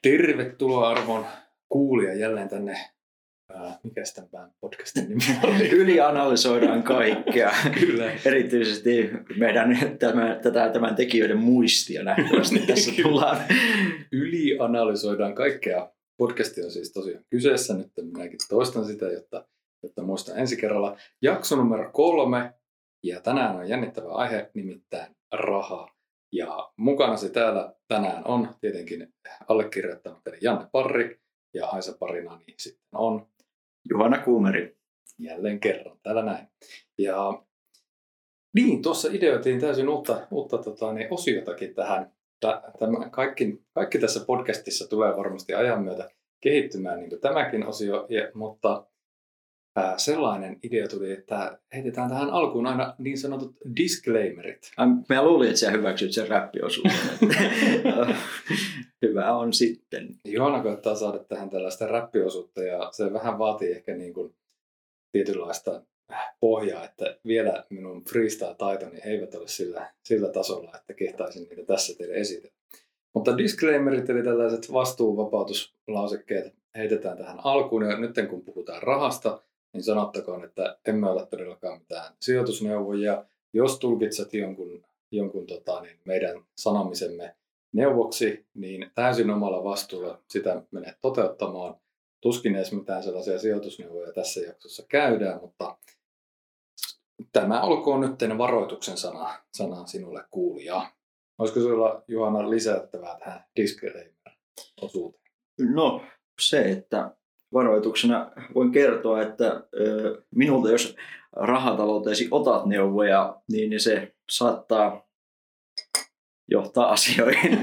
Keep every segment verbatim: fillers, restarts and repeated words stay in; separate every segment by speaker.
Speaker 1: Tervetuloa arvon kuulija jälleen tänne, ää, mikäs tämän podcastin nimi oli?
Speaker 2: Ylianalysoidaan kaikkea.
Speaker 1: Kyllä.
Speaker 2: Erityisesti meidän tämän, tätä, tämän tekijöiden muistia nähtävästi tässä tullaan.
Speaker 1: Ylianalysoidaan kaikkea. Podcasti on siis tosiaan kyseessä. Nyt minäkin toistan sitä, jotta, jotta muistan ensi kerralla. Jakso numero kolme. Ja tänään on jännittävä aihe, nimittäin raha. Ja mukana se täällä tänään on tietenkin allekirjoittanut eli Janne Parri ja Aisa Parina niin sitten on
Speaker 2: Juhana Kuumeri.
Speaker 1: Jälleen kerran täällä näin. Ja niin, tuossa ideoitiin täysin uutta, uutta tota, niin osiotakin tähän. Tämä, kaikki, kaikki tässä podcastissa tulee varmasti ajan myötä kehittymään, niin kuin tämäkin osio, ja, mutta ää, sellainen idea tuli, että heitetään tähän alkuun aina niin sanotut disclaimerit.
Speaker 2: Mä luulin, että sä hyväksyt sen räppiosuuden. Hyvä on sitten.
Speaker 1: Johanna koettaa saada tähän tällaista räppiosuutta, ja se vähän vaatii ehkä niin kuin tietynlaista pohjaa, että vielä minun freestyle-taitoni eivät ole sillä, sillä tasolla, että kehtaisin niitä tässä teille esitellä. Mutta disclaimerit eli tällaiset vastuunvapautuslausekkeet heitetään tähän alkuun, ja nyt kun puhutaan rahasta, niin sanottakoon, että emme ole todellakaan mitään sijoitusneuvojia. Jos tulkitset jonkun, jonkun tota, niin meidän sanomisemme neuvoksi, niin täysin omalla vastuulla sitä menet toteuttamaan. Tuskin edes mitään sellaisia sijoitusneuvoja tässä jaksossa käydään, mutta tämä olkoon nyt varoituksen sana, sana sinulle kuulija. Olisiko sinulla, Juhana, lisättävää tähän disclaimer-osuuteen?
Speaker 2: No se, että varoituksena voin kertoa, että ö, minulta jos rahatalouteesi otat neuvoja, niin se saattaa johtaa asioihin.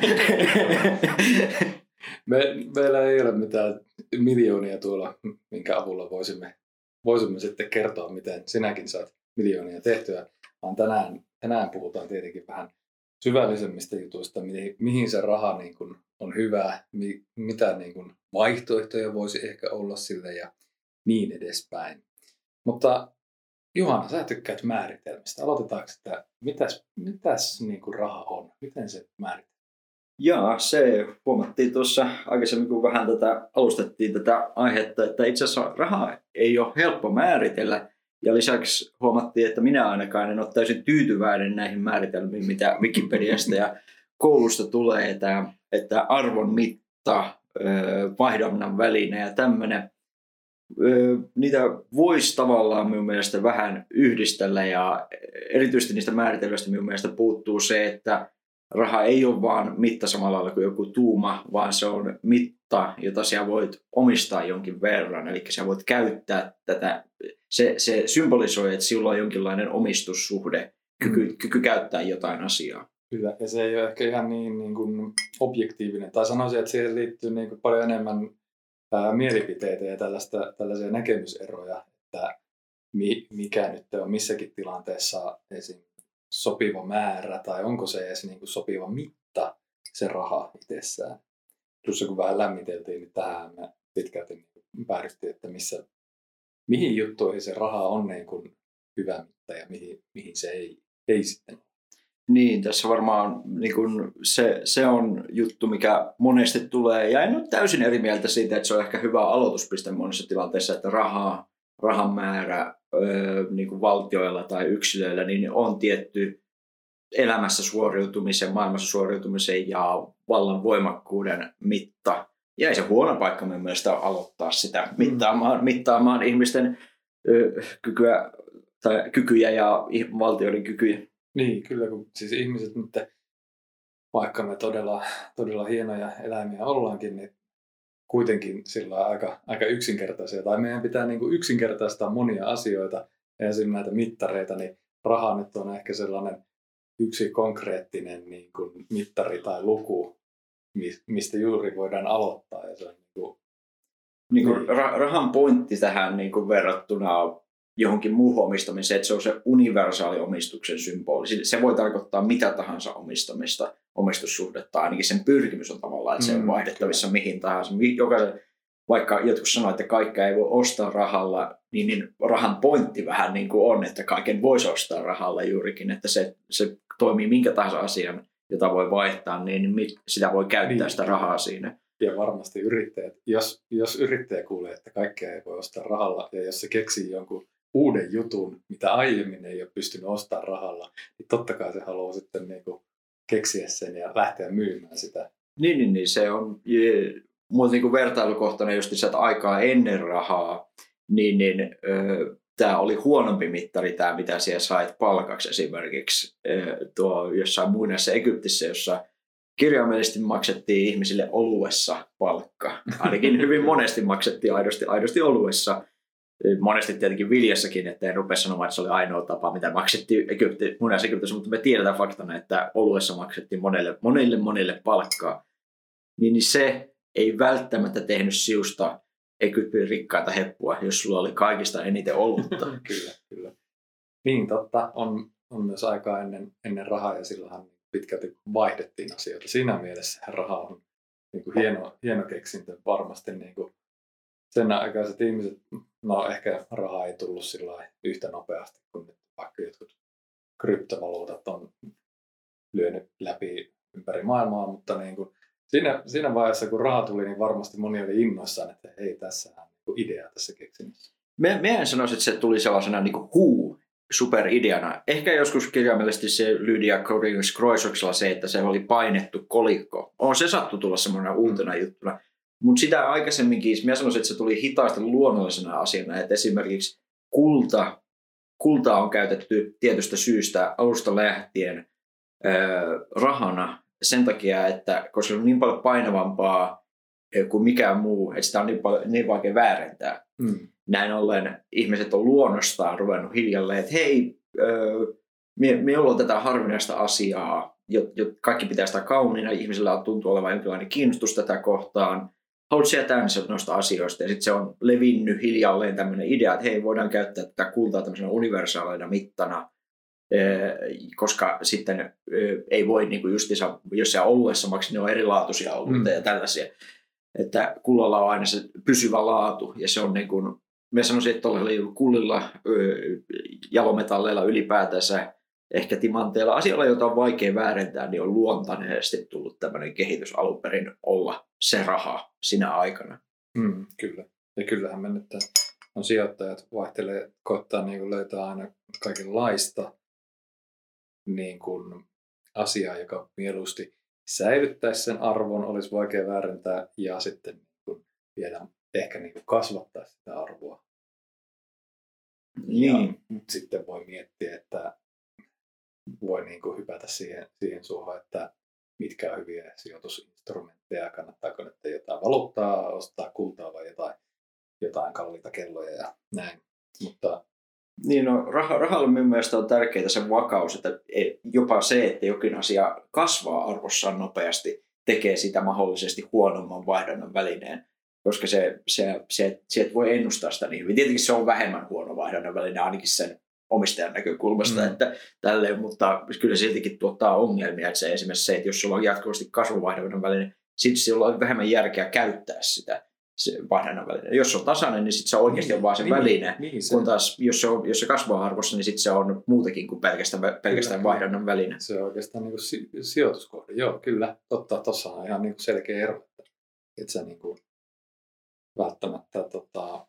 Speaker 1: Me, meillä ei ole mitään miljoonia tuolla, minkä avulla voisimme, voisimme sitten kertoa, miten sinäkin saat miljoonia tehtyä, vaan tänään, tänään puhutaan tietenkin vähän syvällisemmistä jutuista, mihin, mihin se raha niin kuin on hyvä, mi, mitä niin kuin vaihtoehtoja voisi ehkä olla sille ja niin edespäin. Mutta Juhana, sä tykkäät määritelmistä. Aloitetaanko, että mitäs, mitäs niin kuin raha on? Miten se määritellään?
Speaker 2: Jaa, se huomattiin tuossa aikaisemmin, kun vähän tätä alustettiin tätä aihetta, että itse asiassa raha ei ole helppo määritellä. Ja lisäksi huomattiin, että minä ainakaan en ole täysin tyytyväinen näihin määritelmiin, mitä Wikipediasta ja koulusta tulee, että, että arvon mitta, vaihdonnan väline ja tämmöinen. Niitä voisi tavallaan minun mielestä vähän yhdistellä ja erityisesti niistä määritelmistä minun mielestä puuttuu se, että raha ei ole vaan mitta samalla lailla kuin joku tuuma, vaan se on mitta, jota sinä voit omistaa jonkin verran. Eli sinä voit käyttää tätä. Se, se symbolisoi, että sinulla on jonkinlainen omistussuhde, kyky, mm. kyky käyttää jotain asiaa.
Speaker 1: Kyllä, ja se ei ole ehkä ihan niin, niin kuin objektiivinen. Tai sanoisin, että siihen liittyy niin kuin paljon enemmän ää, mielipiteitä ja tällaista, tällaisia näkemyseroja, että mi, mikä nyt on missäkin tilanteessa esim. Sopiva määrä, tai onko se edes niin kuin sopiva mitta, se raha itsessään. Tuossa kun vähän lämmiteltiin, niin tähän me pitkälti päädyttiin, että missä, mihin juttuihin se raha on niin kuin hyvä mitta ja mihin, mihin se ei, ei sitten ole.
Speaker 2: Niin, tässä varmaan niin kun se, se on juttu, mikä monesti tulee, ja en ole täysin eri mieltä siitä, että se on ehkä hyvä aloituspiste monessa tilanteessa, että rahaa, rahan määrä öö, niin kuin valtioilla tai yksilöillä niin on tietty elämässä suoriutumisen, maailmassa suoriutumisen ja vallan voimakkuuden mitta. Ja ei se huono paikka minun mielestä aloittaa sitä mittaamaan, mittaamaan ihmisten öö, kykyä, tai kykyjä ja valtioiden kykyjä.
Speaker 1: Niin, kyllä, kun siis ihmiset nyt, vaikka me todella, todella hienoja eläimiä ollaankin, niin kuitenkin sillä aika, aika yksinkertaisia. Tai meidän pitää niin kuin yksinkertaistaa monia asioita, ja esimerkiksi näitä mittareita, niin raha nyt on ehkä sellainen yksi konkreettinen niin kuin mittari tai luku, mistä juuri voidaan aloittaa. Ja se on niin kuin,
Speaker 2: niin kuin ra- rahan pointti tähän niin kuin verrattuna johonkin muuhun omistamiseen, että se on se universaali omistuksen symboli. Se voi tarkoittaa mitä tahansa omistamista, omistussuhdetta, ainakin sen pyrkimys on tavallaan, että se on vaihdettavissa mm, mihin tahansa. Jokaisen, vaikka jotkut sanoo, että kaikkea ei voi ostaa rahalla, niin, niin rahan pointti vähän niin kuin on, että kaiken voisi ostaa rahalla juurikin, että se, se toimii minkä tahansa asian, jota voi vaihtaa, niin sitä voi käyttää niin sitä rahaa siinä.
Speaker 1: ja varmasti yrittäjät, jos, jos yrittäjä kuulee, että kaikkea ei voi ostaa rahalla, ja jos se keksii jonkun uuden jutun, mitä aiemmin ei ole pystynyt ostamaan rahalla, niin totta kai se haluaa sitten niin kuin keksiä sen ja lähteä myymään sitä.
Speaker 2: Niin, niin, niin se on muuten niin kuin vertailukohtainen just sieltä aikaa ennen rahaa, niin, niin ö, tämä oli huonompi mittari tämä, mitä siellä sait palkaksi esimerkiksi ö, tuo jossain muinaisessa Egyptissä, jossa kirjaimellisesti maksettiin ihmisille oluessa palkka. Ainakin hyvin monesti maksettiin aidosti, aidosti oluessa. Monesti tietenkin viljassakin, että en rupea sanomaan, että se oli ainoa tapa, mitä maksettiin Egypti, muinaisessa Egyptissä, mutta me tiedetään faktana, että oluessa maksettiin monelle, monille, monille palkkaa. Niin, niin se ei välttämättä tehnyt siusta Egyptin rikkaita heppua, jos sulla oli kaikista eniten olutta.
Speaker 1: Kyllä, kyllä. Niin totta, on, on myös aikaa ennen, ennen rahaa ja silloinhan pitkälti vaihdettiin asioita. Siinä mielessä raha on niin kuin hieno, hieno keksintö varmasti. Niin kuin sen aikaiset ihmiset, no ehkä raha ei tullut sillä yhtä nopeasti kuin nyt vaikka jotkut kryptovaluutat on lyönyt läpi ympäri maailmaa, mutta niin kuin siinä, siinä vaiheessa kun raha tuli, niin varmasti moni oli innoissaan, että hei, tässä on niin idea tässä keksinnössä.
Speaker 2: Me, me en sanoisi, että se tuli sellaisena niin kuin huu superideana. Ehkä joskus kirjaimellisesti se Lydia Croissoksella se, että se oli painettu kolikko. On se sattu tulla semmoinen uutena mm. juttuna. Mutta sitä aikaisemminkin, minä sanoisin, että se tuli hitaasti luonnollisena asiana, että esimerkiksi kulta, kultaa on käytetty tietystä syystä alusta lähtien öö, rahana sen takia, että koska se on niin paljon painavampaa kuin mikään muu, että sitä on niin, paljon, niin vaikea väärentää. Mm. Näin ollen ihmiset on luonnostaan ruvennut hiljalleen, että hei, öö, minulla on tätä harvinaista asiaa, jo, jo, kaikki pitää sitä kauniina, ihmisillä on tuntuu olevan jonkinlainen kiinnostus tätä kohtaan. Haluat sieltä noista asioista ja sitten se on levinnyt hiljalleen tämmöinen idea, että hei, voidaan käyttää tätä kultaa tämmöisenä universaalina mittana, koska sitten ei voi niin kuin justiinsa, jos siellä oluessa maksaa, ne on erilaatuisia oluita mm. ja tällaisia. Että kullalla on aina se pysyvä laatu ja se on niin kuin, minä sanoisin, että tuolla kullilla, jalometalleilla ylipäätänsä, ehkä timanteilla, asioilla, joita on vaikea väärentää, niin on luontaisesti tullut tämmöinen kehitys alun perin olla se raha sinä aikana.
Speaker 1: Mm, kyllä. Ja kyllähän me nyt on sijoittajat vaihtelee, koittaa niin kuin löytää aina kaikenlaista niin kuin asiaa, joka mieluusti säilyttäisi sen arvon, olisi vaikea väärentää ja sitten niin kuin vielä ehkä niin kuin kasvattaa sitä arvoa.
Speaker 2: Niin.
Speaker 1: Ja sitten voi miettiä, että voi niin kuin hypätä siihen, siihen suohon, että mitkä on hyviä sijoitusinstrumentteja, kannattaako nyt jotain valuuttaa, ostaa kultaa vai jotain, jotain kalliita kelloja ja näin. Mutta
Speaker 2: niin no, rah- rahalla minun mielestä on tärkeää se vakaus, että jopa se, että jokin asia kasvaa arvossaan nopeasti, tekee sitä mahdollisesti huonomman vaihdonnan välineen, koska se, se, se, se et voi ennustaa sitä niin hyvin. Tietenkin se on vähemmän huono vaihdonnan väline ainakin sen omistajan näkökulmasta, mm. että tälleen, mutta kyllä siltikin tuottaa ongelmia, että se esimerkiksi se, että jos sulla on jatkuvasti kasvuvaihdonnan väline, sitten sillä on vähemmän järkeä käyttää sitä se vaihdonnan väline. Jos se on tasainen, niin sitten se oikeasti on vaan se niin, väline, niin, se. Kun taas jos se, on, jos se kasvaa arvossa, niin sitten se on muutakin kuin pelkästään, pelkästään vaihdonnan väline.
Speaker 1: Se on oikeastaan niin kuin si- sijoituskohde. Joo, kyllä, totta, tuossa on ihan niin kuin selkeä ero, että se niin kuin välttämättä tota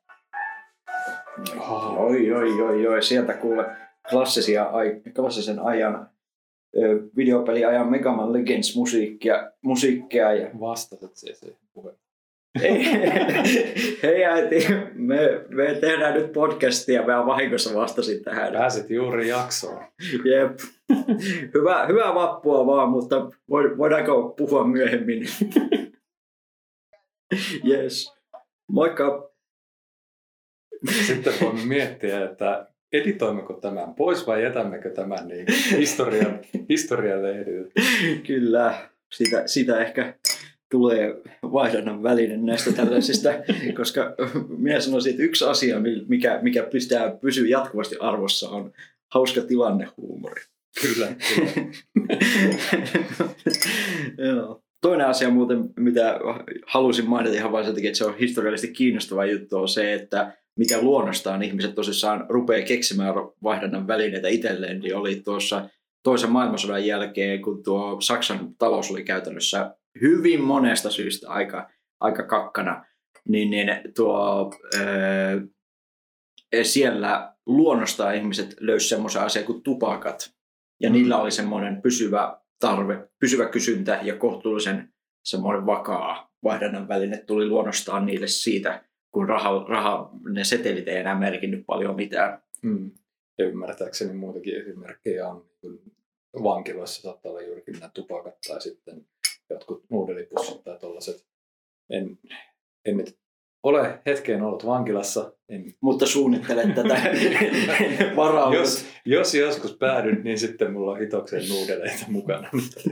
Speaker 2: Oh. Oi, oi, oi, oi, sieltä kuule klassisia, ai, klassisen ajan videopeliajan Mega Man Legends musiikkia, musiikkia ja
Speaker 1: vastasit siihen se puheen.
Speaker 2: Hei äiti, me, me tehdään nyt podcastia, mä vahingossa vastasin tähän.
Speaker 1: Pääsit juuri jaksoon.
Speaker 2: Jep. Hyvä, hyvää vappua vaan, mutta voidaanko puhua myöhemmin? Yes. Moikka.
Speaker 1: Sitten voimme miettiä, että editoimmeko tämän pois vai jätämmekö tämän niin historian, historian lehdille.
Speaker 2: Kyllä, sitä, sitä ehkä tulee vaihdonnan välinen näistä tällaisista, koska minä sanoisin, että yksi asia, mikä, mikä pitää pysyä jatkuvasti arvossa, on hauska tilannehuumori.
Speaker 1: Kyllä, kyllä.
Speaker 2: Joo. Toinen asia muuten, mitä halusin mainita ihan vain sen takia, että se on historiallisesti kiinnostava juttu, on se, että mikä luonnostaan ihmiset tosissaan rupeaa keksimään vaihdonnan välineitä itselleen, niin oli tuossa toisen maailmansodan jälkeen, kun tuo Saksan talous oli käytännössä hyvin monesta syystä aika aika kakkana, niin, niin tuo, ää, siellä luonnostaan ihmiset löysivät semmoisen asian kuin tupakat. Ja mm. niillä oli semmoinen pysyvä tarve, pysyvä kysyntä ja kohtuullisen semmoinen vakaa vaihdannan väline tuli luonnostaan niille siitä, kun raha, raha, ne setelit ei enää merkinnyt paljon mitään.
Speaker 1: Mm. Ja ymmärtääkseni muitakin esimerkkejä on, vankiloissa saattaa olla juurikin nämä tupakat tai sitten jotkut nuudelipussit tai tollaiset. En, en nyt ole hetkeen ollut vankilassa. En...
Speaker 2: Mutta suunnittelen tätä varaulut.
Speaker 1: Jos, jos joskus päädyn, niin sitten mulla on hitokseen nuudeleita mukana.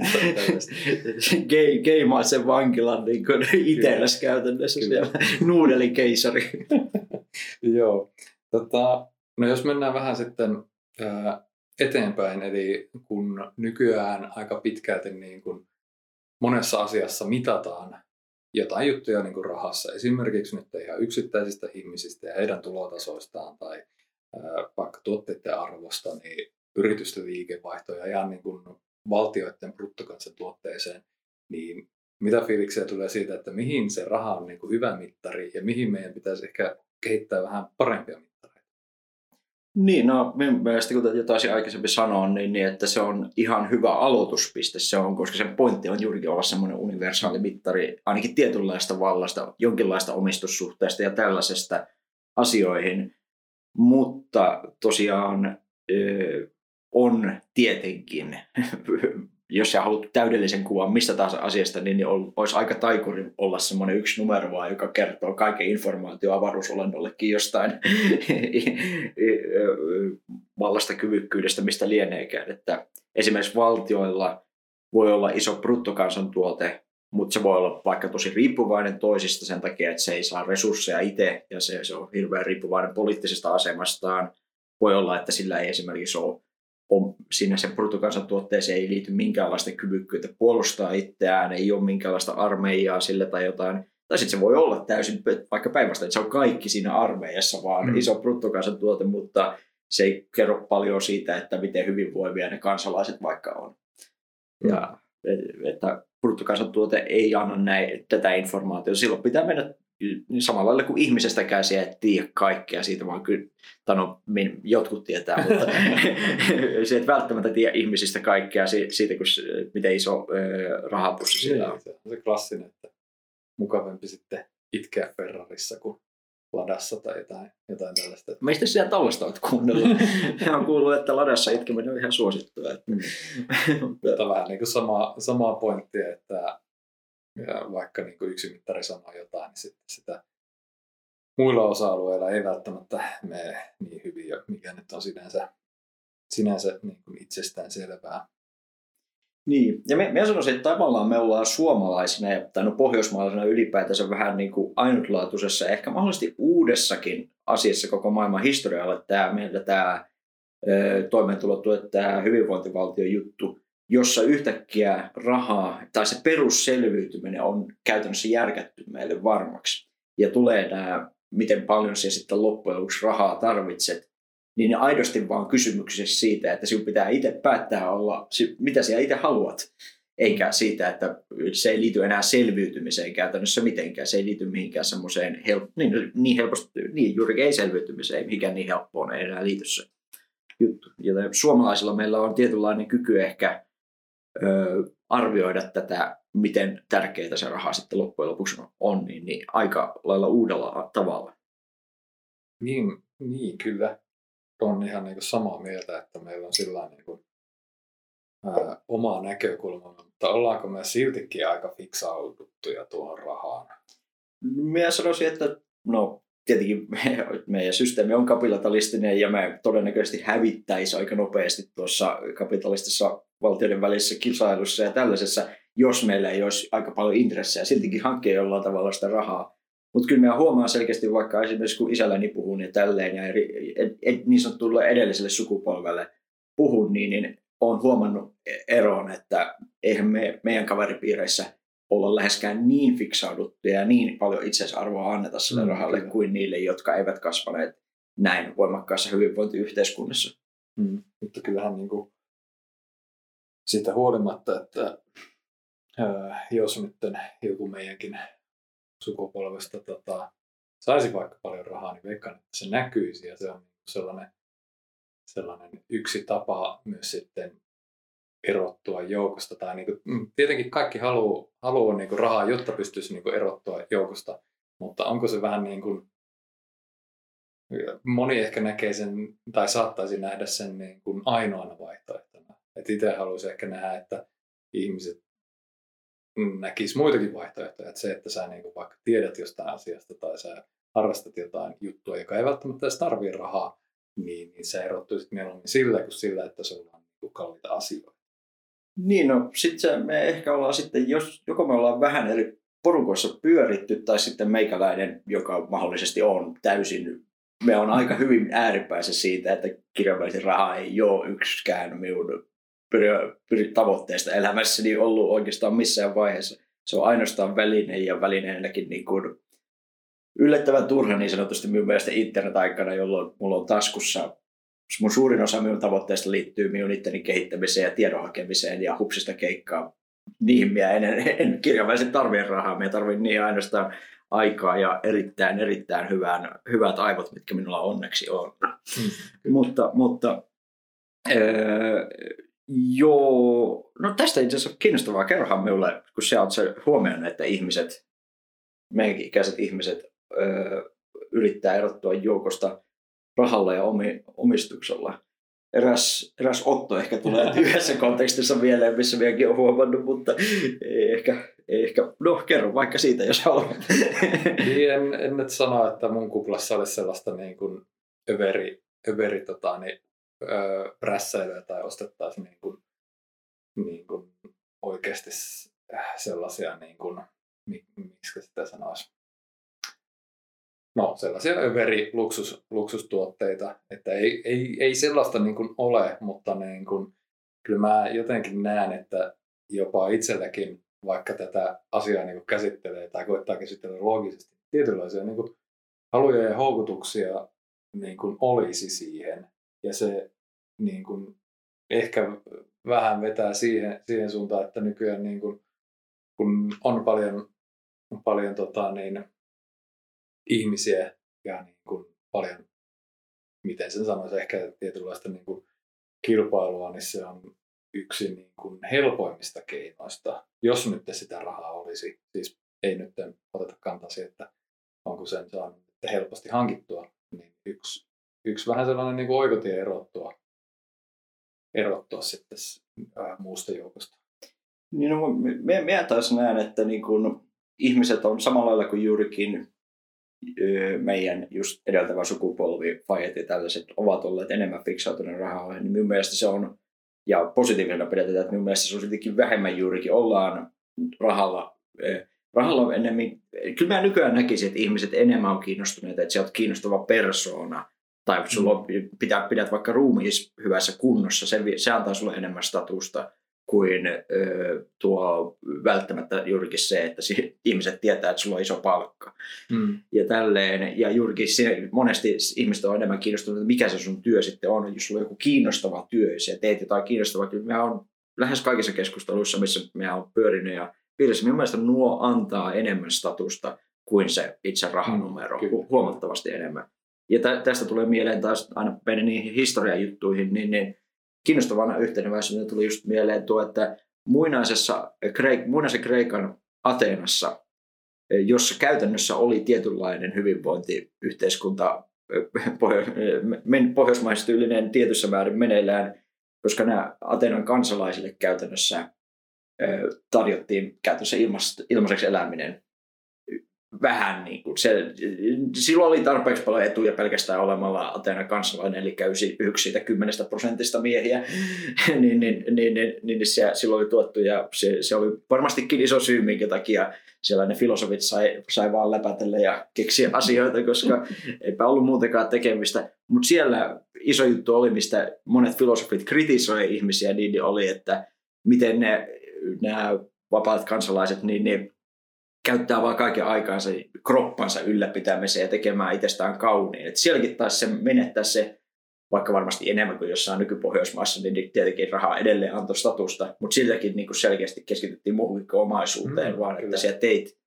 Speaker 2: Geimaa sen vankilan niin itsellesi käytännössä siellä. Nuudelikeisari.
Speaker 1: Joo. Tota, no jos mennään vähän sitten ää, eteenpäin, eli kun nykyään aika pitkälti niin kun monessa asiassa mitataan jotain juttuja niin kuin rahassa, esimerkiksi nyt ihan yksittäisistä ihmisistä ja heidän tulotasoistaan tai ää, vaikka tuotteiden arvosta, niin yritysten liikevaihtoja ja niin kuin valtioiden bruttokansantuotteeseen, niin mitä fiiliksiä tulee siitä, että mihin se raha on niin kuin hyvä mittari ja mihin meidän pitäisi ehkä kehittää vähän parempia mittareita?
Speaker 2: Niin, no minun mielestä, kuten jo taisin aikaisemmin sanoa, niin, niin että se on ihan hyvä aloituspiste, se on, koska sen pointti on juurikin olla semmoinen universaali mittari, ainakin tietynlaista vallasta, jonkinlaista omistussuhteesta ja tällaisesta asioihin, mutta tosiaan on tietenkin, jos sä haluat täydellisen kuvan mistä tahansa asiasta, niin olisi aika taikuri olla semmoinen yksi numero vaan, joka kertoo kaiken informaatio avaruusolennollekin jostain vallasta, kyvykkyydestä, mistä lieneekään. Että esimerkiksi valtioilla voi olla iso bruttokansantuote, mutta se voi olla vaikka tosi riippuvainen toisista sen takia, että se ei saa resursseja itse ja se, se on hirveän riippuvainen poliittisesta asemastaan. Voi olla, että sillä ei esimerkiksi ole On, siinä sen bruttokansantuotteeseen ei liity minkäänlaista kyvykkyyttä puolustaa itseään, ei ole minkäänlaista armeijaa sille tai jotain. Tai sitten se voi olla täysin vaikka päinvastoin, että se on kaikki siinä armeijassa, vaan mm. iso bruttokansantuote, mutta se ei kerro paljon siitä, että miten hyvinvoivia ne kansalaiset vaikka on. Mm. Ja että bruttokansantuote ei anna näin, tätä informaatiota. Silloin pitää mennä niin samalla lailla kuin ihmisestäkään se ei tiedä kaikkea siitä, vaan kyllä, tai no, jotkut tietää, mutta se et välttämättä tiedä ihmisistä kaikkea siitä, kun, miten iso rahapussi sillä on.
Speaker 1: Se on se klassinen, että mukavampi sitten itkeä Ferrarissa kuin Ladassa tai jotain, jotain tällaista.
Speaker 2: Mistä siellä tällaista olet kuunnellut? Mä kuullut, että Ladassa itkeminen on ihan suosittua.
Speaker 1: Mutta vähän niin kuin sama, samaa pointtia, että ja vaikka niin kuin yksi mittari sanoo jotain, niin sitten sitä muilla osa-alueilla ei välttämättä mene niin hyvin, mikä nyt on sinänsä, sinänsä niin kuin itsestään selvää.
Speaker 2: Niin, ja me, me sanoisin, että tavallaan me ollaan suomalaisina, tai no pohjoismaalaisina ylipäätänsä vähän niin kuin ainutlaatuisessa, ehkä mahdollisesti uudessakin asiassa koko maailman historialla, tämä meillä tämä toimeentulotuet, tämä hyvinvointivaltion juttu, jossa yhtäkkiä rahaa tai se perusselviytyminen on käytännössä järkätty meille varmaksi. Ja tulee nämä, miten paljon sinä sitten loppujen lopuksi rahaa tarvitset, niin aidosti vaan kysymyksessä siitä, että sinun pitää itse päättää olla, mitä sinä itse haluat. Eikä siitä, että se ei liity enää selviytymiseen käytännössä mitenkään. Se ei liity mihinkään semmoiseen help- niin, niin helposti, niin juurikin ei selviytymiseen, mihinkään niin helppoon ei enää liity se juttu. Joten suomalaisilla meillä on tietynlainen kyky ehkä Öö, arvioida tätä, miten tärkeää se raha sitten loppujen lopuksi on, niin, niin aika lailla uudella tavalla.
Speaker 1: Niin, niin kyllä. On ihan niin kuin samaa mieltä, että meillä on sillä niin kuin, ää, oma näkökulma, mutta ollaanko me siltikin aika fiksauduttuja tuohon rahaan?
Speaker 2: Minä sanoisin, että no tietenkin meidän systeemi on kapitalistinen ja me todennäköisesti hävittäisi aika nopeasti tuossa kapitalistisessa valtioiden välisessä kisailussa ja tällaisessa, jos meillä ei olisi aika paljon intressejä siltikin hankkia jollain tavalla sitä rahaa. Mutta kyllä minä huomaan selkeästi vaikka esimerkiksi kun isälläni puhun ja tälleen ja eri, et, et, niin sanotulle edelliselle sukupolvelle puhun, niin, niin olen huomannut eron, että eihän me, meidän kaveripiireissä olla läheskään niin fiksauduttuja ja niin paljon itseisarvoa anneta sille mm, rahalle kyllä. kuin niille, jotka eivät kasvaneet näin voimakkaassa hyvinvointiyhteiskunnassa.
Speaker 1: Mm, mutta kyllähän niin kuin siitä huolimatta, että ää, jos nyt joku meidänkin sukupolvesta tota, saisi vaikka paljon rahaa, niin veikkaan, että se näkyisi ja se on sellainen, sellainen yksi tapa myös sitten erottua joukosta. Tai niin kuin, tietenkin kaikki haluaa, haluaa niin kuin rahaa, jotta pystyisi niin kuin erottua joukosta, mutta onko se vähän niin kuin, moni ehkä näkee sen tai saattaisi nähdä sen niin kuin ainoana vaihtoehtona. Et itse haluaisin ehkä nähdä, että ihmiset näkisi muitakin vaihtoehtoja. Että se, että sä niin kuin vaikka tiedät jostain asiasta tai sä harrastat jotain juttua, joka ei välttämättä edes tarvitse rahaa, niin, niin sä erottuisit mieluummin sillä kuin sillä, että sulla on niin kuin kalliita asioita.
Speaker 2: Niin, no sitten me ehkä ollaan sitten, jos joko me ollaan vähän eri porukoissa pyöritty, tai sitten meikäläinen, joka mahdollisesti on täysin, me on aika hyvin ääripäisen siitä, että kirjaimellisesti raha ei ole yksikään minun tavoitteista elämässäni ollut oikeastaan missään vaiheessa. Se on ainoastaan väline ja välineenäkin niin kuin yllättävän turha niin sanotusti minun mielestä internet-aikana, jolloin mulla on taskussa mun suurin osa minun tavoitteista liittyy minun itteni kehittämiseen ja tiedon hakemiseen ja hupsista keikkaa. Niihin minä en, en kirjaimellisesti tarvitse rahaa, minä tarvitsen niihin ainoastaan aikaa ja erittäin, erittäin hyvän, hyvät aivot, mitkä minulla onneksi on. Mm. mutta mutta öö, joo, no tästä itse asiassa kiinnostavaa. Kerrohan minulle, kun sä oot se huomioinut, että ihmiset, meidänkin ikäiset ihmiset öö, yrittää erottua joukosta rahalla ja omistuksella. Eräs, eräs Otto ehkä tulee yhdessä kontekstissa mieleen, missä minäkin olen huomannut, mutta ei ehkä, ei ehkä, no kerro vaikka siitä, jos haluat.
Speaker 1: En, en nyt sano, että mun kuplassa olisi sellaista niin kuin överi, överi tota, niin, öö, prässäilyä tai ostettaisiin niin kuin, niin kuin oikeasti sellaisia, niin kuin, miksi sitä sanoisi, no sellaisia överi luksus, luksustuotteita, että ei, ei, ei sellaista niin kuin ole, mutta niin kuin, kyllä mä jotenkin näen, että jopa itselläkin, vaikka tätä asiaa niin kuin käsittelee tai koittaa käsitellä loogisesti, tietynlaisia niin kuin haluja ja houkutuksia niin kuin olisi siihen. Ja se niin kuin, ehkä vähän vetää siihen, siihen suuntaan, että nykyään niin kuin, kun on paljon, paljon tota, niin, ihmisiä ja niin kuin paljon, miten sen sanoisi, ehkä tietynlaista niin kuin kilpailua, niin se on yksi niin kuin helpoimmista keinoista, jos nyt sitä rahaa olisi. Siis ei nyt oteta kantaa siihen, että onko sen saanut helposti hankittua, niin yksi, yksi vähän sellainen niin kuin oikotie erottua, erottua sitten äh, muusta joukosta.
Speaker 2: Niin no, minä taas näen, että niin kuin ihmiset on samalla lailla kuin juurikin meidän just edeltävä sukupolvi, fajat ja tällaiset ovat olleet enemmän fiksautuneet rahaa, niin minun mielestä se on, ja positiivisena pidetään, että minun mielestä se on jotenkin vähemmän juurikin ollaan rahalla, rahalla enemmän, kyllä mä nykyään näkisin, että ihmiset enemmän on kiinnostuneita, että sä oot kiinnostava persoona, tai sulla on, pitää, pidät vaikka ruumiis hyvässä kunnossa, se, se antaa sulle enemmän statusta kuin ö, tuo välttämättä juurikin se, että si- ihmiset tietää, että sulla on iso palkka. Mm. Ja tälleen, ja juurikin se, monesti ihmiset on enemmän kiinnostuneita, mikä se sun työ sitten on, jos sulla on joku kiinnostava työ, ja teet jotain kiinnostavaa. Kyllä mä oon lähes kaikissa keskusteluissa, missä mä oon pyörinyt ja piirissä, minun mielestä nuo antaa enemmän statusta kuin se itse rahanumero, mm, hu- huomattavasti enemmän. Ja tä- tästä tulee mieleen taas aina meidän niihin historiajuttuihin, niin, niin kiinnostavana yhteneväisenä tuli just mieleen tuo, että muinaisessa Kreik- muinaisen Kreikan Ateenassa, jossa käytännössä oli tietynlainen hyvinvointiyhteiskunta, pohjoismaistyylinen tietyssä määrin meneillään, koska nämä Ateenan kansalaisille käytännössä tarjottiin käytännössä ilmaiseksi eläminen. Vähän niin kuin se, silloin oli tarpeeksi paljon etuja pelkästään olemalla Ateenan kansalainen, eli yksi siitä kymmenestä prosentista miehiä, niin, niin, niin, niin, niin se silloin oli tuottu, ja se, se oli varmastikin iso syy, minkä takia siellä ne filosofit sai, sai vaan läpätellä ja keksiä asioita, koska eipä ollut muutenkaan tekemistä. Mutta siellä iso juttu oli, mistä monet filosofit kritisoi ihmisiä, niin oli, että miten ne, nämä vapaat kansalaiset, niin ne käyttää vaan kaiken aikaansa kroppansa ylläpitämiseen ja tekemään itsestään kauniin. Et sielläkin taas se menettää se, vaikka varmasti enemmän kuin jossain nyky-Pohjoismaassa, niin tietenkin rahaa edelleen antoi statusta, mutta siltäkin niin selkeästi keskityttiin muuhun omaisuuteen, mm, vaan kyllä. Että sä teit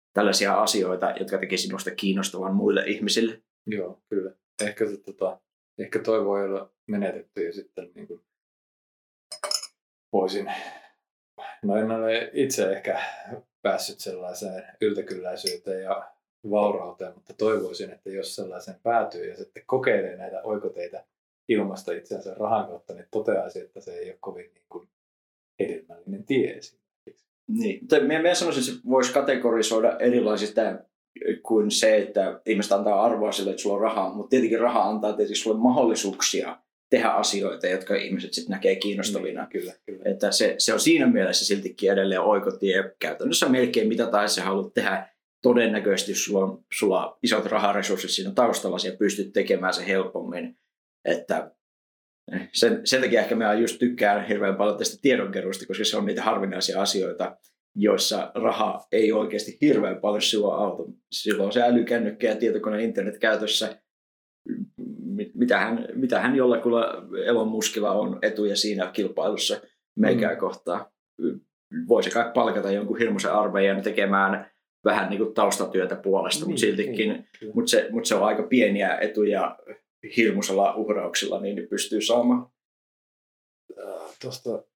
Speaker 2: tällaisia asioita, jotka teki sinusta kiinnostavan muille ihmisille.
Speaker 1: Joo, kyllä. Ehkä, se, tota, ehkä toi voi olla menetetty ja sitten niin kuin voisin, no en ole itse ehkä päässyt sellaiseen yltäkylläisyyteen ja vaurauteen, mutta toivoisin, että jos sellaisen päätyy ja sitten kokeilee näitä oikoteita ilmasta itseänsä rahan kautta, niin toteaisi, että se ei ole kovin niin kuin hedelmällinen tie esimerkiksi.
Speaker 2: Niin, mutta minä sanoisin, että se voisi kategorisoida erilaisista kuin se, että ihmiset antaa arvoa sille, että sulla on rahaa, mutta tietenkin raha antaa tietysti sulle mahdollisuuksia tehdä asioita, jotka ihmiset sitten näkee kiinnostavina.
Speaker 1: Niin, kyllä, kyllä.
Speaker 2: Että se, se on siinä mielessä siltikin edelleen oikotie. Käytännössä melkein mitä tahansa haluat tehdä. Todennäköisesti sulla on, sulla on isot raharesurssit siinä taustalla ja pystyt tekemään se helpommin. Että sen, sen takia ehkä mä just tykkään hirveän paljon tästä tiedonkeruusta, koska se on niitä harvinaisia asioita, joissa raha ei oikeasti hirveän paljon silloin auta. Silloin on se älykännykkä ja tietokone internet käytössä. Mitähän, mitähän jollakulla Elon Muskilla on etuja siinä kilpailussa meikää mm. kohtaa. Voisi kai palkata jonkun hirmuisen armeijan tekemään vähän niin kuin taustatyötä puolesta, niin, mutta siltikin. Niin, mutta se, mut se on aika pieniä etuja hirmuisella uhrauksilla, niin ne pystyy saamaan.
Speaker 1: Tuosta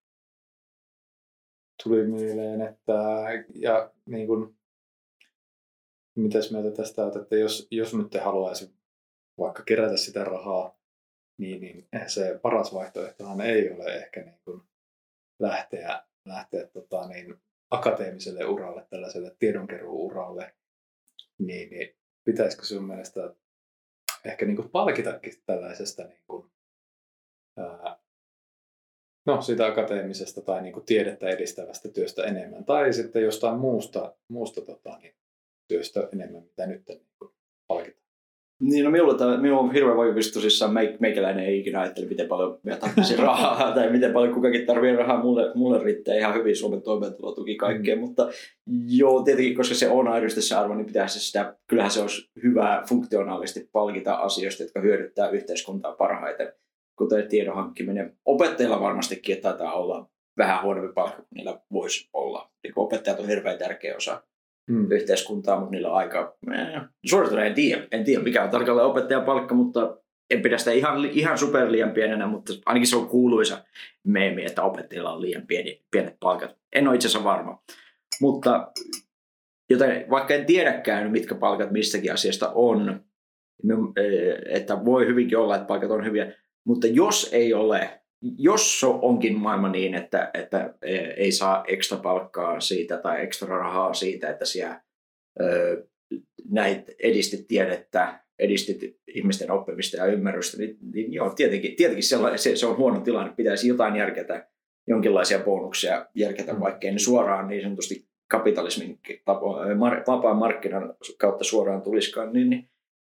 Speaker 1: tuli mieleen, että ja niin kuin, mitäs mieltä tästä olet, että jos, jos nyt te haluaisi vaikka kerätä sitä rahaa, niin, niin se paras vaihtoehtohan ei ole ehkä niin kuin lähteä, lähteä tota, niin, akateemiselle uralle, tällaiselle tiedonkeruu-uralle, niin, niin pitäisikö sun mielestä ehkä niin kuin palkitakin tällaisesta niin kuin, ää, no, siitä akateemisesta tai niin kuin tiedettä edistävästä työstä enemmän, tai sitten jostain muusta, muusta tota, niin, työstä enemmän, mitä nyt niin kuin palkitaan.
Speaker 2: Niin, no minulla, minulla on hirveän vaikutus tosissaan, meikäläinen ei ikinä ajattele, miten paljon minä tarvitsin rahaa tai miten paljon kukakin tarvitsee rahaa. Mulle, mulle riittää ihan hyvin Suomen toimeentulotuki kaikkeen, mm. mutta joo, tietenkin, koska se on aidosti se arvo, niin pitäisi sitä, kyllähän se olisi hyvä funktionaalisesti palkita asioista, jotka hyödyttää yhteiskuntaa parhaiten, kuten tiedon hankkiminen. Opettajilla varmastikin taitaa olla vähän huonompi palkka, kuin niillä voisi olla. Opettajat on hirveän tärkeä osa Mm. yhteiskuntaa, mutta niillä on aika suorastaan en tiedä, en tiedä mikä on tarkalleen opettajan palkka, mutta en pidä sitä ihan, ihan super liian pienenä, mutta ainakin se on kuuluisa meemi, että opettajilla on liian pieni, pienet palkat. En ole itse asiassa varma, mutta joten vaikka en tiedäkään, mitkä palkat mistäkin asiasta on, että voi hyvinkin olla, että palkat on hyviä, mutta jos ei ole, jos onkin maailma niin, että, että ei saa ekstra palkkaa siitä tai ekstra rahaa siitä, että siellä ö, näitä edistit tiedettä, edistit ihmisten oppimista ja ymmärrystä, niin, niin joo, tietenkin, tietenkin se, se on huono tilanne. Pitäisi jotain järkätä, jonkinlaisia bonuksia järkätä, vaikkei ne suoraan niin sanotusti kapitalismin vapaan markkinan kautta suoraan tulisikaan. Niin, niin.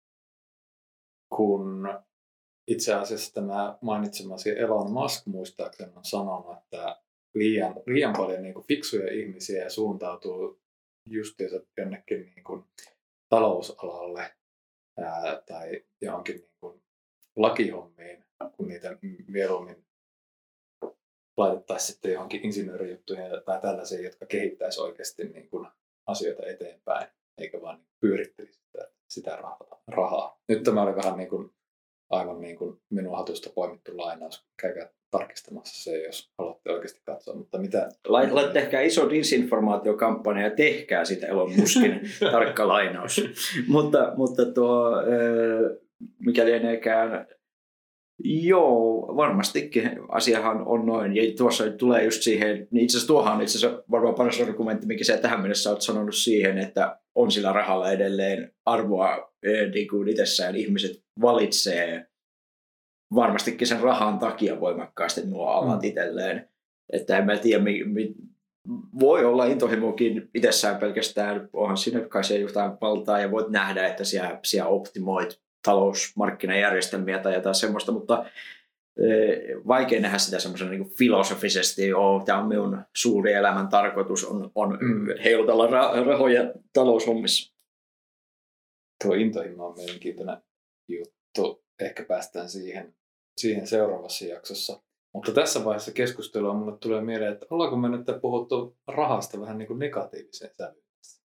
Speaker 1: Kun itse asiassa tämä mainitsemasi Elon Musk muistaakseni on sanonut, että liian, liian paljon niin kuin fiksuja ihmisiä suuntautuu justiinsa jonnekin niin kuin talousalalle ää, tai johonkin niin kuin lakihommiin, kun niitä mieluummin laitettaisiin sitten johonkin insinöörijuttuihin tai tällaisiin, jotka kehittäisi oikeasti niin kuin asioita eteenpäin, eikä vaan pyörittelisi sitä, sitä rahaa. Nyt tämä oli vähän niin kuin aivan niin kuin minun hatusta poimittu lainaus. Käykää tarkistamassa se, jos haluatte oikeasti katsoa. Mutta mitä...
Speaker 2: Lait, tehkää iso disinformaatiokampanja ja tehkää siitä Elon Muskin tarkka lainaus. mutta, mutta tuo, mikä lieneekään, joo, varmastikin asiahan on noin. Ja tuossa tulee just siihen, niin itse asiassa tuohan on itse asiassa varmaan paras argumentti, mikä sä tähän mennessä olet sanonut siihen, että on sillä rahalla edelleen arvoa niin kuin itsessään ihmiset valitsee varmastikin sen rahan takia voimakkaasti nuo alat mm. itselleen. Että en mä tiedä, mi, mi, voi olla intohimokin itsessään pelkästään, onhan siinä kai siellä jotain valtaa ja voit nähdä, että siellä, siellä optimoit talousmarkkinajärjestelmiä tai jotain semmoista, mutta e, vaikea nähdä sitä semmoisen niin kuin filosofisesti, oh, tämä on minun suuri elämän tarkoitus, on, on mm. heilutella ra- rahoja taloushommissa.
Speaker 1: Tuo intohimo on mielenkiintoinen juttu. Ehkä päästään siihen, siihen seuraavassa jaksossa. Mutta tässä vaiheessa keskustelua mulle tulee mieleen, että ollaanko me nyt puhuttu rahasta vähän niin kuin negatiiviseen sävyyn?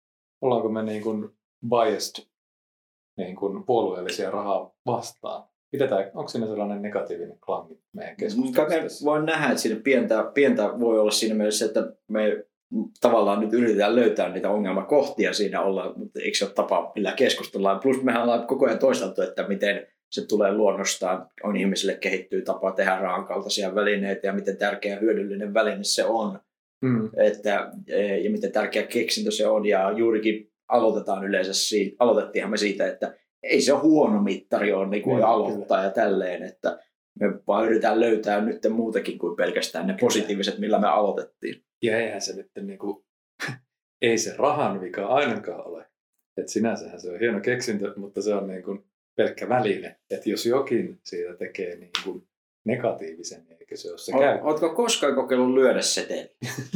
Speaker 1: ollaanko me niin kuin biased niin kuin puolueellisia rahaa vastaan? Pidetään, onko siinä sellainen negatiivinen klangi meidän keskustelussa?
Speaker 2: Voin nähdä, että siinä pientä, pientä voi olla siinä mielessä, että me tavallaan nyt yritetään löytää niitä ongelmakohtia siinä olla, mutta eikö se ole tapa, millä keskustellaan. Plus mehän ollaan koko ajan toisteltu, että miten se tulee luonnostaan, on ihmisille kehittyy tapa tehdä rahan kaltaisia välineitä ja miten tärkeä hyödyllinen väline se on. Mm. Että, ja miten tärkeä keksintö se on. Ja juurikin aloitetaan yleensä siitä, aloitettiinhan me siitä, että ei se ole huono mittari on niin kuin mm, aloittaa kyllä. Ja tälleen, että me vaan yritetään löytää nyt muutakin kuin pelkästään ne positiiviset, millä me aloitettiin.
Speaker 1: Ja eihän se nyt niin kuin, ei se rahan vika ainakaan ole. Että sinänsähän se on hieno keksintö, mutta se on niin kuin pelkkä väline. Että jos jokin siitä tekee niin kuin negatiivisen, niin eikö se ole se käy?
Speaker 2: Oletko koskaan kokeillut lyödä seteli?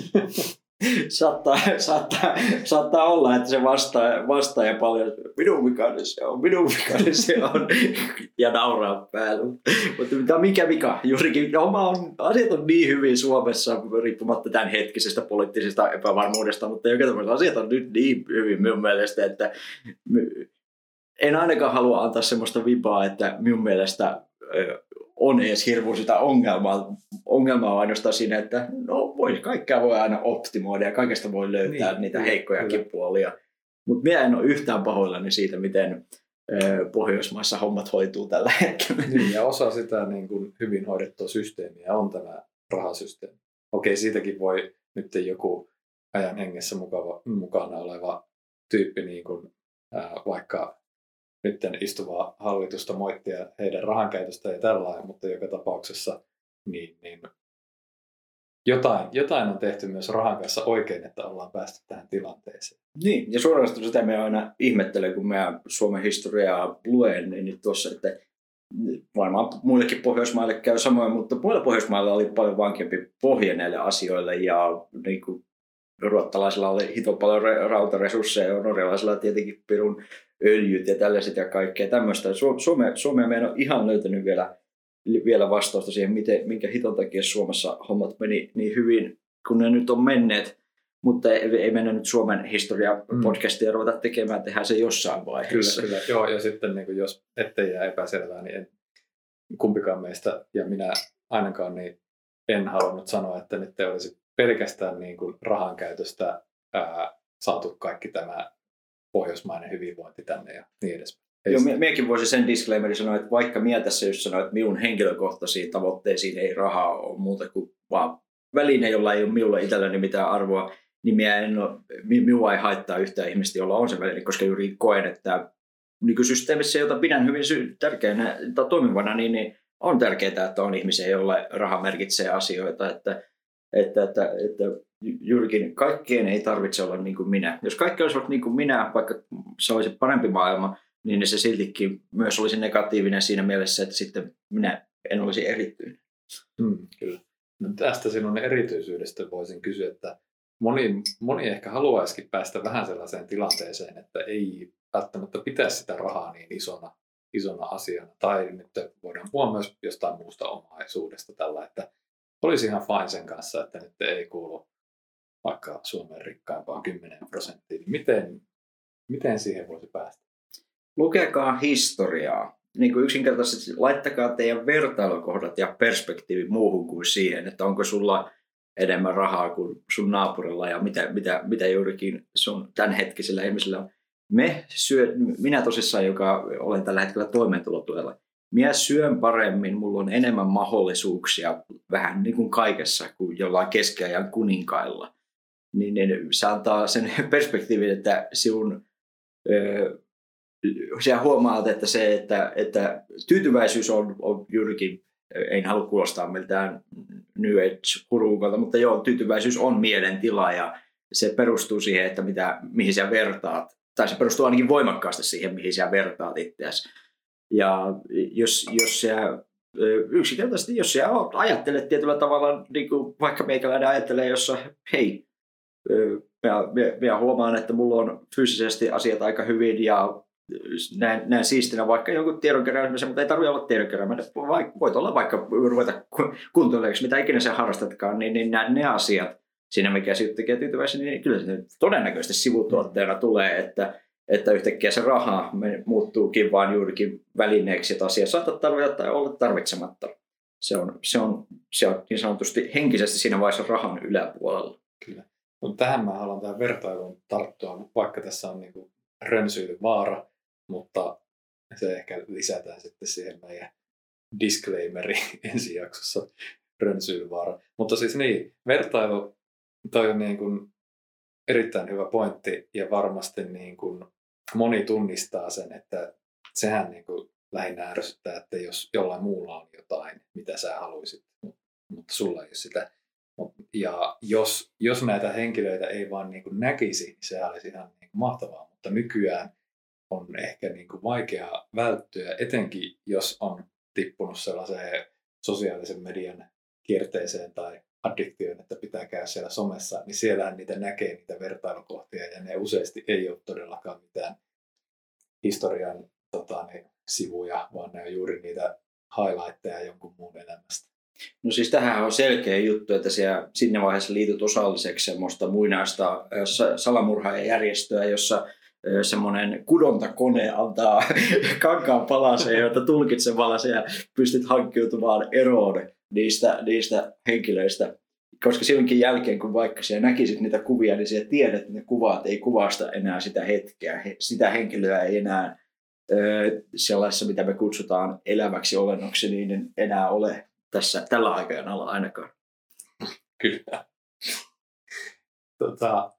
Speaker 2: saattaa, saattaa, saattaa olla, että se vastaa, vastaa ja paljon minun vikainen se on, minun vikainen se on ja nauraa päällä. Mutta mikä vika? Juurikin oma on, asiat on niin hyvin Suomessa riippumatta tämän hetkisestä poliittisesta epävarmuudesta, mutta joka tapauksessa asiat on nyt niin hyvin minun mielestä, että en ainakaan halua antaa semmoista vipaa, että minun mielestä on edes hirveän sitä ongelmaa. Ongelma on ainoastaan siinä, että no voi, kaikkea voi aina optimoida ja kaikesta voi löytää niin, niitä heikkojakin puolia. Mutta minä en ole yhtään pahoillani siitä, miten ö, Pohjoismaissa hommat hoituu tällä hetkellä.
Speaker 1: Niin, ja osa sitä niin kuin hyvin hoidettua systeemiä on tämä rahasysteemi. Okei, siitäkin voi nyt joku ajan hengessä mukava, mukana oleva tyyppi niin kuin, ää, vaikka nyt istuvaa hallitusta moittia heidän rahankäytöstä ja tällainen, mutta joka tapauksessa niin, niin jotain, jotain on tehty myös rahan kanssa oikein, että ollaan päästy tähän tilanteeseen.
Speaker 2: Niin, ja suorastaan sitä me aina ihmettelen, kun mä Suomen historiaa luen, niin tuossa, että varmaan muillekin Pohjoismaille käy samoin, mutta muilla Pohjoismailla oli paljon vankempi pohja näille asioille, ja niin kuin ruottalaisilla oli hito paljon rautaresursseja, ja norjalaisilla tietenkin pirun öljyt ja tällaiset ja kaikkea tämmöistä. Suome, Suomea me en ole ihan löytänyt vielä, vielä vastausta siihen, miten, minkä hiton takia Suomessa hommat meni niin hyvin, kun ne nyt on menneet. Mutta ei, ei mennä nyt Suomen historia-podcastia mm. ruveta tekemään, tehdään se jossain vaiheessa.
Speaker 1: Kyllä, kyllä. Joo, ja sitten niin jos ettei jää epäselvää, niin en, kumpikaan meistä ja minä ainakaan niin en halunnut sanoa, että nyt ei olisi pelkästään niin kuin rahan käytöstä ää, saatu kaikki tämä pohjoismainen hyvinvointi tänne ja niin edespäin.
Speaker 2: Joo, minäkin voisin sen disclaimerin sanoa, että vaikka minä tässä just sanoin, että minun henkilökohtaisiin tavoitteisiin ei rahaa ole muuta kuin vaan väline, jolla ei ole minulle itselläni mitään arvoa, niin minä en ole, minua ei haittaa yhtään ihmistä, jolla on se väline, koska juuri koen, että nykysysteemissä, jota pidän hyvin tärkeänä tai toimivana, niin, niin on tärkeää, että on ihmisiä, joille raha merkitsee asioita, että, että, että, että juurikin kaikkien ei tarvitse olla niin kuin minä. Jos kaikki olisivat niin kuin minä, vaikka se olisi parempi maailma, niin se siltikin myös olisi negatiivinen siinä mielessä, että sitten minä en olisi erityinen.
Speaker 1: Hmm, kyllä. No tästä sinun erityisyydestä voisin kysyä, että moni, moni ehkä haluaisikin päästä vähän sellaiseen tilanteeseen, että ei välttämättä pitäisi sitä rahaa niin isona, isona asiana. Tai nyt voidaan puhua myös jostain muusta omaisuudesta tällä, että olisi ihan fine sen kanssa, että nyt ei kuulu vaikka Suomen rikkaimpaan kymmenen prosenttiin. Miten, miten siihen voisi päästä?
Speaker 2: Lukekaa historiaa. Niin kuin yksinkertaisesti laittakaa teidän vertailukohdat ja perspektiivi muuhun kuin siihen, että onko sulla enemmän rahaa kuin sun naapurilla ja mitä, mitä, mitä juurikin sun tämänhetkisellä ihmisellä on. Me syö, minä tosissaan, joka olen tällä hetkellä toimeentulotuella, minä syön paremmin, mulla on enemmän mahdollisuuksia vähän niin kuin kaikessa kuin jollain keskiajan kuninkailla. Niin, niin se antaa sen perspektiivin, että sinun... Öö, Siellä huomaat, että se, että, että tyytyväisyys on, on juurikin, en halua kuulostaa miltään New Age-huruukalta, mutta joo, tyytyväisyys on mielentila ja se perustuu siihen, että mitä, mihin sä vertaat, tai se perustuu ainakin voimakkaasti siihen, mihin sä vertaat itseäsi. Ja jos, jos sä yksinkertaisesti, jos sä ajattelet tietyllä tavalla, niin kuin vaikka meikäläinen ajattelee, jossa hei, minä huomaan, että mulla on fyysisesti asiat aika hyvin ja näin, näin siistinä vaikka jonkun tiedonkeräämisen, mutta ei tarvitse olla tiedonkerääminen. Voit olla vaikka ruveta kuntoilijaksi, mitä ikinä sä harrastatkaan, niin, niin nämä ne asiat siinä mikä siitä tekee tyytyväisen, niin kyllä se todennäköisesti sivutuotteena tulee, että, että yhtäkkiä se raha muuttuukin vaan juurikin välineeksi, että asia saattaa tarvita tai olla tarvitsematta. Se on, se on, se on niin sanotusti henkisesti siinä vaiheessa rahan yläpuolella.
Speaker 1: Kyllä. No, tähän mä haluan tähän vertailuun tarttua, vaikka tässä on niin rönsyily-vaara, mutta se ehkä lisätään sitten siihen meidän disclaimeri ensi jaksossa, rönsyily-vaara. Mutta siis niin, vertailu toi on niin kuin erittäin hyvä pointti ja varmasti niin kuin moni tunnistaa sen, että sehän niin kuin lähinnä ärsyttää, että jos jollain muulla on jotain, mitä sä haluaisit, mutta sulla ei ole sitä. Ja jos, jos näitä henkilöitä ei vaan niin kuin näkisi, niin se olisi ihan niin kuin mahtavaa, mutta nykyään on ehkä niin kuin vaikea välttyä, etenkin jos on tippunut sellaiseen sosiaalisen median kierteeseen tai addiktioon, että pitää käydä siellä somessa, niin siellähän niitä näkee, niitä vertailukohtia, ja ne useasti ei ole todellakaan mitään historian tota, niin, sivuja, vaan ne on juuri niitä highlightteja jonkun muun elämästä.
Speaker 2: No siis tämähän on selkeä juttu, että siellä, siinä vaiheessa liityt osalliseksi semmoista muinaista salamurhaajajärjestöä, jossa semmoinen kudontakone antaa kankaan palaseen, joita tulkitsemalla siellä pystyt hankkiutumaan eroon niistä, niistä henkilöistä. Koska silloinkin jälkeen, kun vaikka siellä näkisit niitä kuvia, niin siellä tiedät, että ne kuvat ei kuvasta enää sitä hetkeä. Sitä henkilöä ei enää sellaisessa, mitä me kutsutaan eläväksi olennoksi, niin enää ole tässä, tällä aikajanalla ainakaan.
Speaker 1: Kyllä. Tota...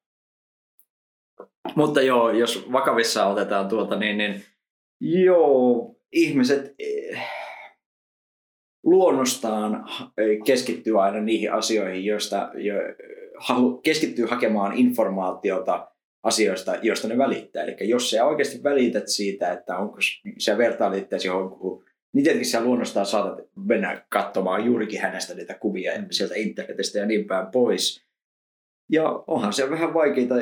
Speaker 2: Mutta joo, jos vakavissa otetaan tuota, niin, niin joo, ihmiset eh, luonnostaan keskittyy aina niihin asioihin, joista jo, halu, keskittyy hakemaan informaatiota asioista, joista ne välittää. Eli jos sä oikeasti välität siitä, että onko sä vertailit itseäsi johonkin, niin tietenkin sä luonnostaan saatat mennä katsomaan juurikin hänestä niitä kuvia mm. sieltä internetistä ja niin päin pois. Ja onhan se vähän vaikeaa.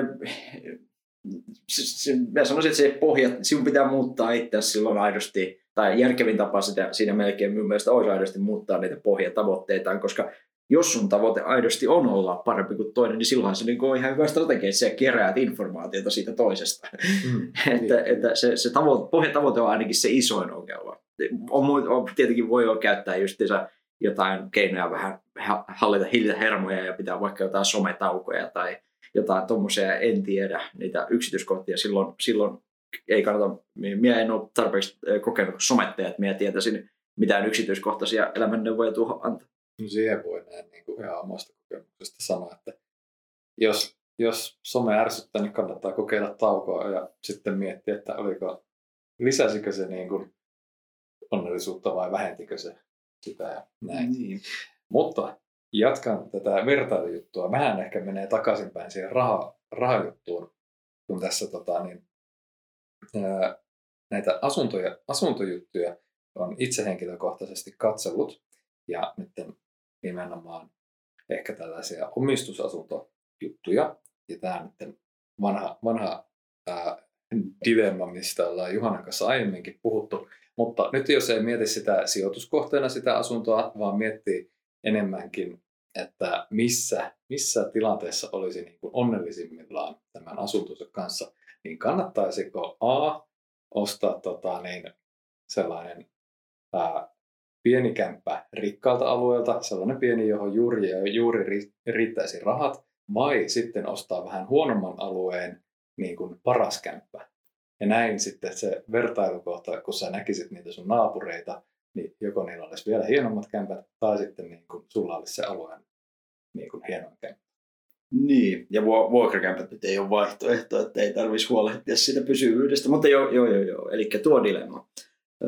Speaker 2: Mä sanoisin, että se pohja, sinun pitää muuttaa itseäsi silloin aidosti, tai järkevin tapa sitä, siinä melkein minun mielestä olisi aidosti muuttaa niitä pohjatavoitteitaan, koska jos sun tavoite aidosti on olla parempi kuin toinen, niin silloinhan se on ihan hyvä strategia, että sä keräät informaatiota siitä toisesta. Mm, että, niin. että se, se tavoite, pohjatavoite on ainakin se isoin ongelma. On, on, tietenkin voi käyttää justiinsa jotain keinoja vähän hallita hillitä hermoja ja pitää vaikka jotain sometaukoja tai jotain tommosia, en tiedä niitä yksityiskohtia. Silloin, silloin ei kannata, minä en ole tarpeeksi kokenut somettajia, että minä tietäisin mitään yksityiskohtaisia elämänneuvoja tuohon antaa.
Speaker 1: No siihen voi näin niin kuin ihan omasta kokemuksesta sanoa, että jos, jos some ärsyttää, niin kannattaa kokeilla taukoa ja sitten miettiä, että oliko, lisäsikö se niin kuin onnellisuutta vai vähentikö se sitä ja näin. Niin. Mutta jatkan tätä vertailujuttua. Vähän ehkä menee takaisinpäin siihen raha, rahajuttuun, kun tässä tota, niin, ää, näitä asuntoja, asuntojuttuja on itse henkilökohtaisesti katsellut ja nyt nimenomaan ehkä tällaisia omistusasuntojuttuja. Ja tämä on nyt vanha, vanha ää, dilemma, mistä ollaan Juhanan kanssa aiemminkin puhuttu. Mutta nyt jos ei mieti sitä sijoituskohteena sitä asuntoa, vaan miettii enemmänkin, että missä, missä tilanteessa olisi niin kuin onnellisimmillaan tämän asuntonsa kanssa, niin kannattaisiko A, ostaa tota, niin, sellainen ää, pieni kämppä rikkaalta alueelta, sellainen pieni, johon juuri ja juuri riittäisi rahat, vai sitten ostaa vähän huonomman alueen niin kuin paras kämppä. Ja näin sitten se vertailukohta, kun sä näkisit niitä sun naapureita, niin joko niillä olisi vielä hienommat kämpät, tai sitten niin kuin sulla olisi se alueen niin kuin hienoin kämppä.
Speaker 2: Niin, ja vuokrakämpät nyt ei ole vaihtoehto, että ei tarvitsisi huolehtia siitä pysyvyydestä, mutta joo, joo, joo, joo. Eli tuo dilemma. Öö,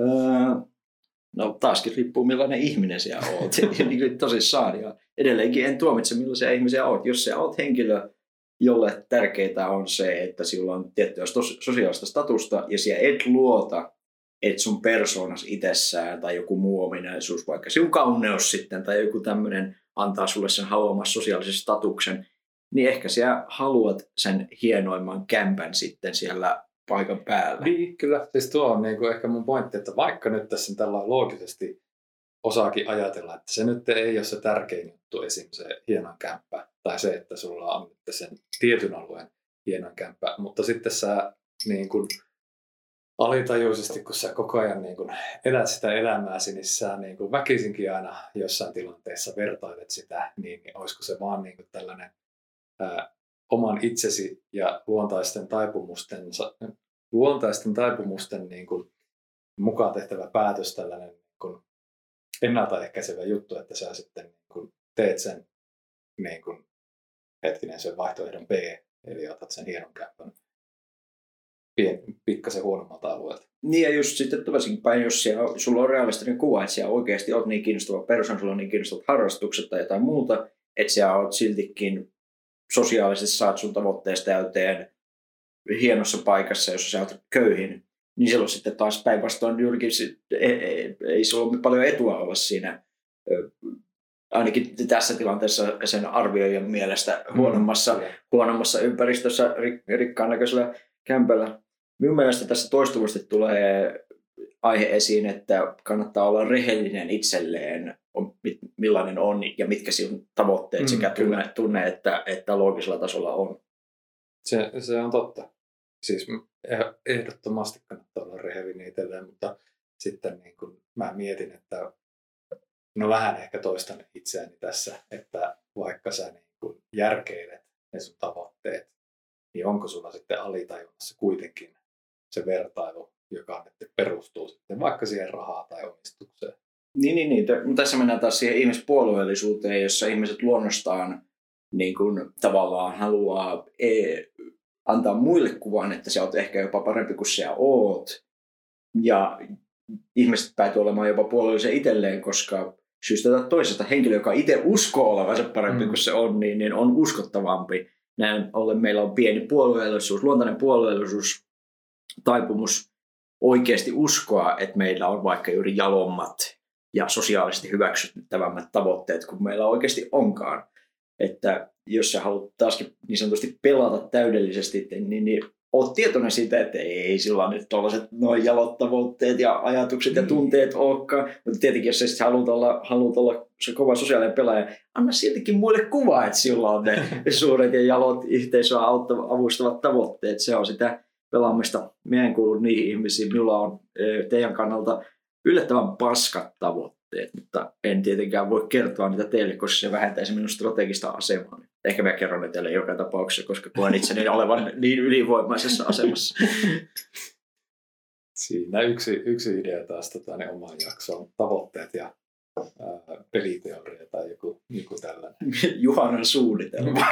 Speaker 2: no taaskin riippuu millainen ihminen siellä olet, niin tosissaan. Ja edelleenkin en tuomitse millaisia ihmisiä olet. Jos sä olet henkilö, jolle tärkeää on se, että sillä on tiettyä sosiaalista statusta ja siellä et luota, että sun persoonas itsessään tai joku muu ominaisuus, vaikka sinun kauneus sitten tai joku tämmöinen antaa sulle sen haluamassa sosiaalisen statuksen, niin ehkä sä haluat sen hienoimman kämpän sitten siellä paikan päällä.
Speaker 1: Niin, kyllä. Siis tuo on niinku ehkä mun pointti, että vaikka nyt tässä tällä loogisesti osaakin ajatella, että se nyt ei ole se tärkein juttu, esim. Se hienon kämppä, tai se, että sulla on nyt sen tietyn alueen hienon kämppä, mutta sitten sä niin kun alitajuisesti, kun sä koko ajan niin kun elät sitä elämääsi, niin sä niin kun väkisinkin aina jossain tilanteessa vertailet sitä, niin, niin olisiko se vaan niin kun tällainen ää, oman itsesi ja luontaisten taipumusten, luontaisten taipumusten niin kun mukaan tehtävä päätös, tällainen niin kun ennaltaehkäisevä juttu, että sä sitten niin kun teet sen niin kun, hetkinen sen vaihtoehdon B, eli otat sen hienon käppän pien, pikkasen huonommalta alueelta.
Speaker 2: Niin ja just sitten toisinkin päin, jos siellä, sulla on realistinen kuva, että siellä oikeasti olet niin kiinnostava persoona, sulla on niin kiinnostavat harrastukset tai jotain muuta, että siellä olet siltikin sosiaalisesti saat sun tavoitteesta täyteen hienossa paikassa, jossa sä olet köyhin, niin silloin sitten taas päinvastoin juurikin ei, ei, ei sulla ole paljon etua olla siinä, ainakin tässä tilanteessa sen arvioijan mielestä huonommassa, mm. huonommassa ympäristössä rikkaan näköisellä kämpällä. Minun mielestä tässä toistuvasti tulee aihe esiin, että kannattaa olla rehellinen itselleen, millainen on ja mitkä sinun tavoitteet mm, sekä tunne, tunne että, että loogisella tasolla on.
Speaker 1: Se, se on totta. Siis ehdottomasti kannattaa olla rehellinen itselleen, mutta sitten niin kun mä mietin, että no vähän ehkä toistan itseäni tässä, että vaikka sä niin kun järkeilet ne sun tavoitteet, niin onko sulla sitten alitajunnassa kuitenkin se vertailu, joka perustuu sitten vaikka siihen rahaan tai omistukseen.
Speaker 2: Niin, niin, niin. Tässä mennään taas siihen ihmispuolueellisuuteen, jossa ihmiset luonnostaan niin kuin, tavallaan haluaa e- antaa muille kuvan, että sä oot ehkä jopa parempi kuin sä oot. Ja ihmiset päätyy olemaan jopa puolueellisia itselleen, koska syystä tai toisesta henkilö, joka itse uskoo olevansa parempi mm. kuin se on, niin, niin on uskottavampi. Näin ollen meillä on pieni puolueellisuus, luontainen puolueellisuus, taipumus oikeasti uskoa, että meillä on vaikka juuri jalommat ja sosiaalisesti hyväksyttävämmät tavoitteet kuin meillä oikeasti onkaan. Että jos sä haluat taaskin niin sanotusti pelata täydellisesti, niin, niin oot tietoinen siitä, että ei sillä nyt tuollaiset noin jalot tavoitteet ja ajatukset ja tunteet olekaan. Mutta tietenkin, jos sä haluat olla, haluat olla se kova sosiaalinen pelaaja, anna siltikin muille kuvaa, että sillä on ne suuret ja jalot yhteisöä avustavat tavoitteet. Se on sitä pelaamista. Minä en kuulu niihin ihmisiin. Minulla on teidän kannalta yllättävän paskat tavoitteet, mutta en tietenkään voi kertoa niitä teille, koska se vähentäisi minun strategista asemaa. Ehkä mä kerron ne teille joka tapauksessa, koska koen itseni olevan niin ylivoimaisessa asemassa.
Speaker 1: Siinä yksi, yksi idea taas tota, ne omaan jaksoon. Tavoitteet ja ää, peliteoria tai joku, joku tällainen.
Speaker 2: Juhanan suunnitelma.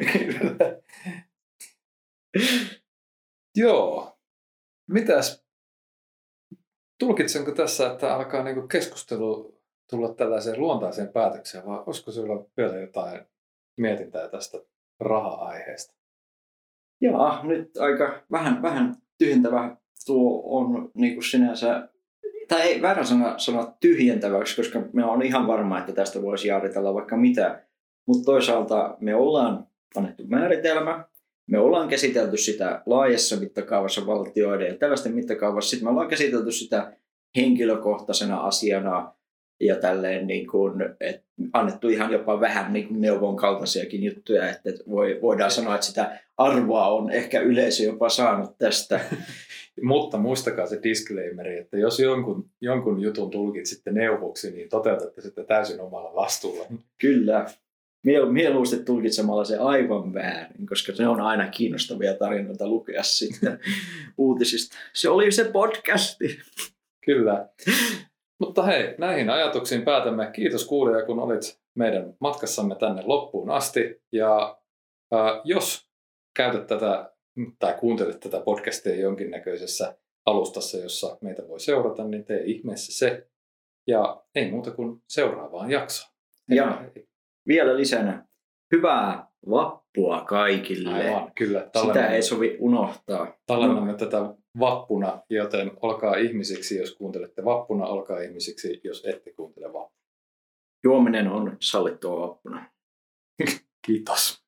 Speaker 1: Joo. Mitäs? Tulkitsenko tässä, että alkaa niinku keskustelu tulla tällaiseen luontaiseen päätökseen, vai olisiko sinulla vielä jotain mietintää tästä raha-aiheesta?
Speaker 2: Joo, nyt aika vähän, vähän tyhjentävä tuo on niin kuin sinänsä, tai ei väärä sana sanoa tyhjentäväksi, koska me on ihan varma, että tästä voisi jaaritella vaikka mitä, mutta toisaalta me ollaan annettu määritelmä, me ollaan käsitelty sitä laajassa mittakaavassa valtioiden ja tällaisten mittakaavassa, sitten me ollaan käsitelty sitä henkilökohtaisena asiana ja tälleen niin kuin, että annettu ihan jopa vähän niin kuin neuvon kaltaisiakin juttuja, että voi, voidaan sanoa, että sitä arvoa on ehkä yleisö jopa saanut tästä.
Speaker 1: Mutta muistakaa se disclaimeri, että jos jonkun, jonkun jutun tulkitsitte neuvoksi, niin toteutatte sitten täysin omalla vastuulla.
Speaker 2: Kyllä. Miel- mieluusti tulkitsemalla se aivan väärin, koska se on aina kiinnostavia tarinoita lukea sitten uutisista. Se oli se podcasti.
Speaker 1: Kyllä. Mutta hei, näihin ajatuksiin päätämme. Kiitos kuulija, kun olit meidän matkassamme tänne loppuun asti. Ja äh, jos käytät tätä tai kuuntelet tätä podcastia jonkinnäköisessä alustassa, jossa meitä voi seurata, niin tee ihmeessä se. Ja ei muuta kuin seuraavaan jaksoon.
Speaker 2: Ja vielä lisänä, hyvää vappua kaikille.
Speaker 1: Aivan, kyllä.
Speaker 2: Sitä ei sovi unohtaa.
Speaker 1: Tallennamme no. tätä vappuna, joten olkaa ihmisiksi, jos kuuntelette vappuna, olkaa ihmisiksi, jos ette kuuntele vappuna.
Speaker 2: Juominen on sallittua vappuna.
Speaker 1: Kiitos.